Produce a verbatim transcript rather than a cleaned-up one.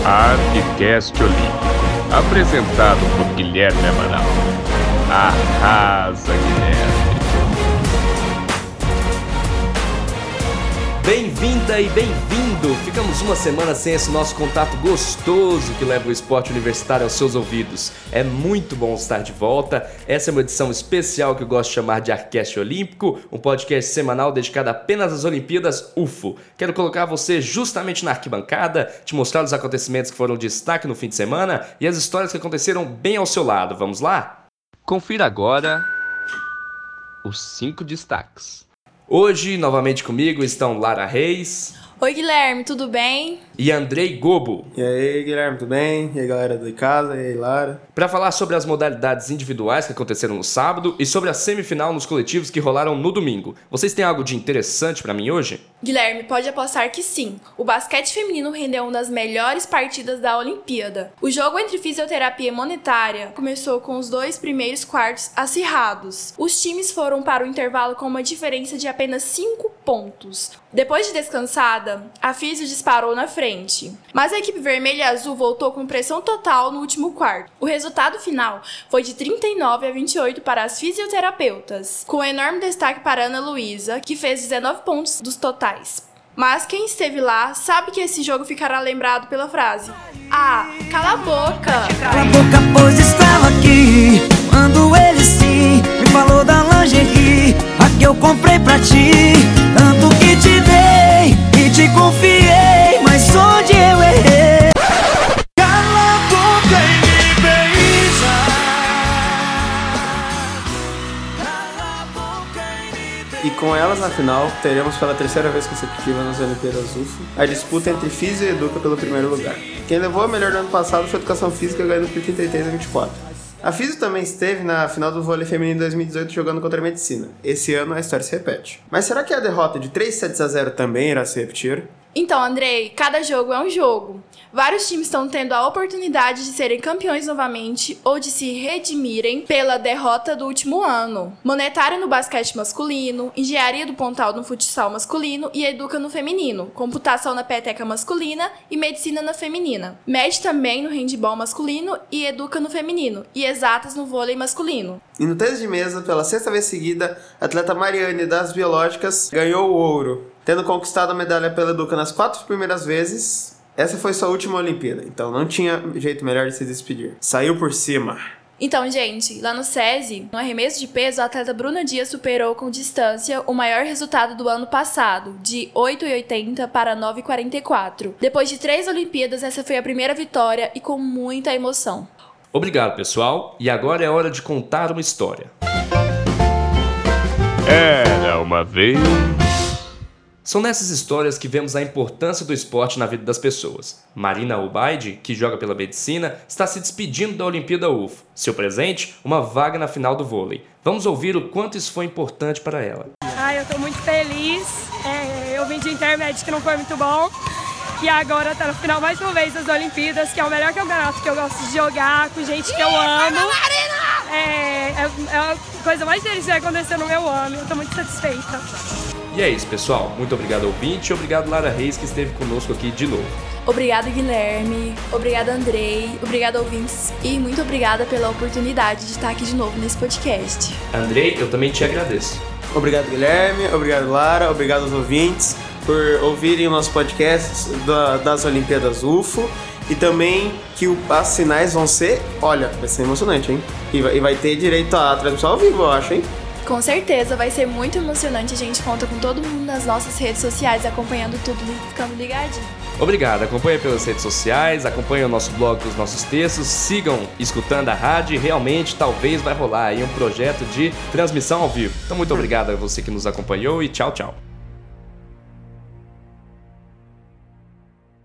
ArcCast Olímpico, apresentado por Guilherme Amaral. Arrasa, Guilherme! Bem-vinda e bem-vindo! Ficamos uma semana sem esse nosso contato gostoso que leva o esporte universitário aos seus ouvidos. É muito bom estar de volta. Essa é uma edição especial que eu gosto de chamar de ArcCast Olímpico, um podcast semanal dedicado apenas às Olimpíadas U F O. Quero colocar você justamente na arquibancada, te mostrar os acontecimentos que foram destaque no fim de semana e as histórias que aconteceram bem ao seu lado. Vamos lá? Confira agora os cinco destaques. Hoje, novamente comigo, estão Lara Reis. Oi, Guilherme, tudo bem? E Andrei Gobo. E aí, Guilherme, tudo bem? E aí, galera de casa? E aí, Lara? Para falar sobre as modalidades individuais que aconteceram no sábado e sobre a semifinal nos coletivos que rolaram no domingo. Vocês têm algo de interessante para mim hoje? Guilherme, pode apostar que sim. O basquete feminino rendeu uma das melhores partidas da Olimpíada. O jogo entre fisioterapia e monetária começou com os dois primeiros quartos acirrados. Os times foram para o intervalo com uma diferença de apenas cinco pontos. Depois de descansada, a Físio disparou na frente. Mas a equipe vermelha e azul voltou com pressão total no último quarto. O resultado final foi de trinta e nove a vinte e oito para as fisioterapeutas, com enorme destaque para Ana Luísa, que fez dezenove pontos dos totais. Mas quem esteve lá sabe que esse jogo ficará lembrado pela frase: "Ah, cala a boca!" Cala a boca, pois estava aqui quando ele sim me falou da lingerie, a que eu comprei pra ti. Tanto que te dei e te confiei, mas onde eu errei? Cala a boca e me beija. Cala a boca e me beija. E com elas na final, teremos pela terceira vez consecutiva nas Olimpíadas U F O a disputa entre Físio e Educa pelo primeiro lugar. Quem levou a melhor do ano passado foi a Educação Física, ganhando por trinta e três a vinte e quatro. A Físio também esteve na final do vôlei feminino em dois mil e dezoito jogando contra a Medicina. Esse ano a história se repete. Mas será que a derrota de três sets a zero também irá se repetir? Então, Andrei, cada jogo é um jogo. Vários times estão tendo a oportunidade de serem campeões novamente ou de se redimirem pela derrota do último ano. Monetária no basquete masculino, Engenharia do Pontal no futsal masculino e Educa no feminino, Computação na peteca masculina e Medicina na feminina. Med também no handebol masculino e Educa no feminino e Exatas no vôlei masculino. E no tênis de mesa, pela sexta vez seguida, a atleta Mariane das Biológicas ganhou o ouro. Tendo conquistado a medalha pela Educa nas quatro primeiras vezes, essa foi sua última Olimpíada, então não tinha jeito melhor de se despedir. Saiu por cima. Então, gente, lá no SESI, no arremesso de peso, a atleta Bruna Dias superou com distância o maior resultado do ano passado, de oito vírgula oitenta para nove vírgula quarenta e quatro. Depois de três Olimpíadas, essa foi a primeira vitória e com muita emoção. Obrigado, pessoal. E agora é hora de contar uma história. Era uma vez... São nessas histórias que vemos a importância do esporte na vida das pessoas. Marina Ubaidi, que joga pela Medicina, está se despedindo da Olimpíada U F O. Seu presente, uma vaga na final do vôlei. Vamos ouvir o quanto isso foi importante para ela. Ah, eu tô muito feliz. É, eu vim de intermédio que não foi muito bom. E agora tá no final mais uma vez das Olimpíadas, que é o melhor campeonato que eu gosto de jogar, com gente que eu amo. É, é, é a coisa mais feliz que vai acontecer no meu ano. Eu tô muito satisfeita. E é isso, pessoal. Muito obrigado, ouvinte, e obrigado, Lara Reis, que esteve conosco aqui de novo. Obrigada, Guilherme. Obrigada, Andrei. Obrigada, ouvintes. E muito obrigada pela oportunidade de estar aqui de novo nesse podcast. Andrei, eu também te agradeço. Obrigado, Guilherme. Obrigado, Lara. Obrigado aos ouvintes por ouvirem o nosso podcast da, das Olimpíadas U F O. E também que o, as finais vão ser... Olha, vai ser emocionante, hein? E vai, e vai ter direito à transmissão ao vivo, eu acho, hein? Com certeza, vai ser muito emocionante. A gente conta com todo mundo nas nossas redes sociais, acompanhando tudo e ficando ligadinho. Obrigado, acompanhe pelas redes sociais, acompanhe o nosso blog com os nossos textos, sigam escutando a rádio e realmente talvez vai rolar aí um projeto de transmissão ao vivo. Então muito obrigado a você que nos acompanhou e tchau, tchau.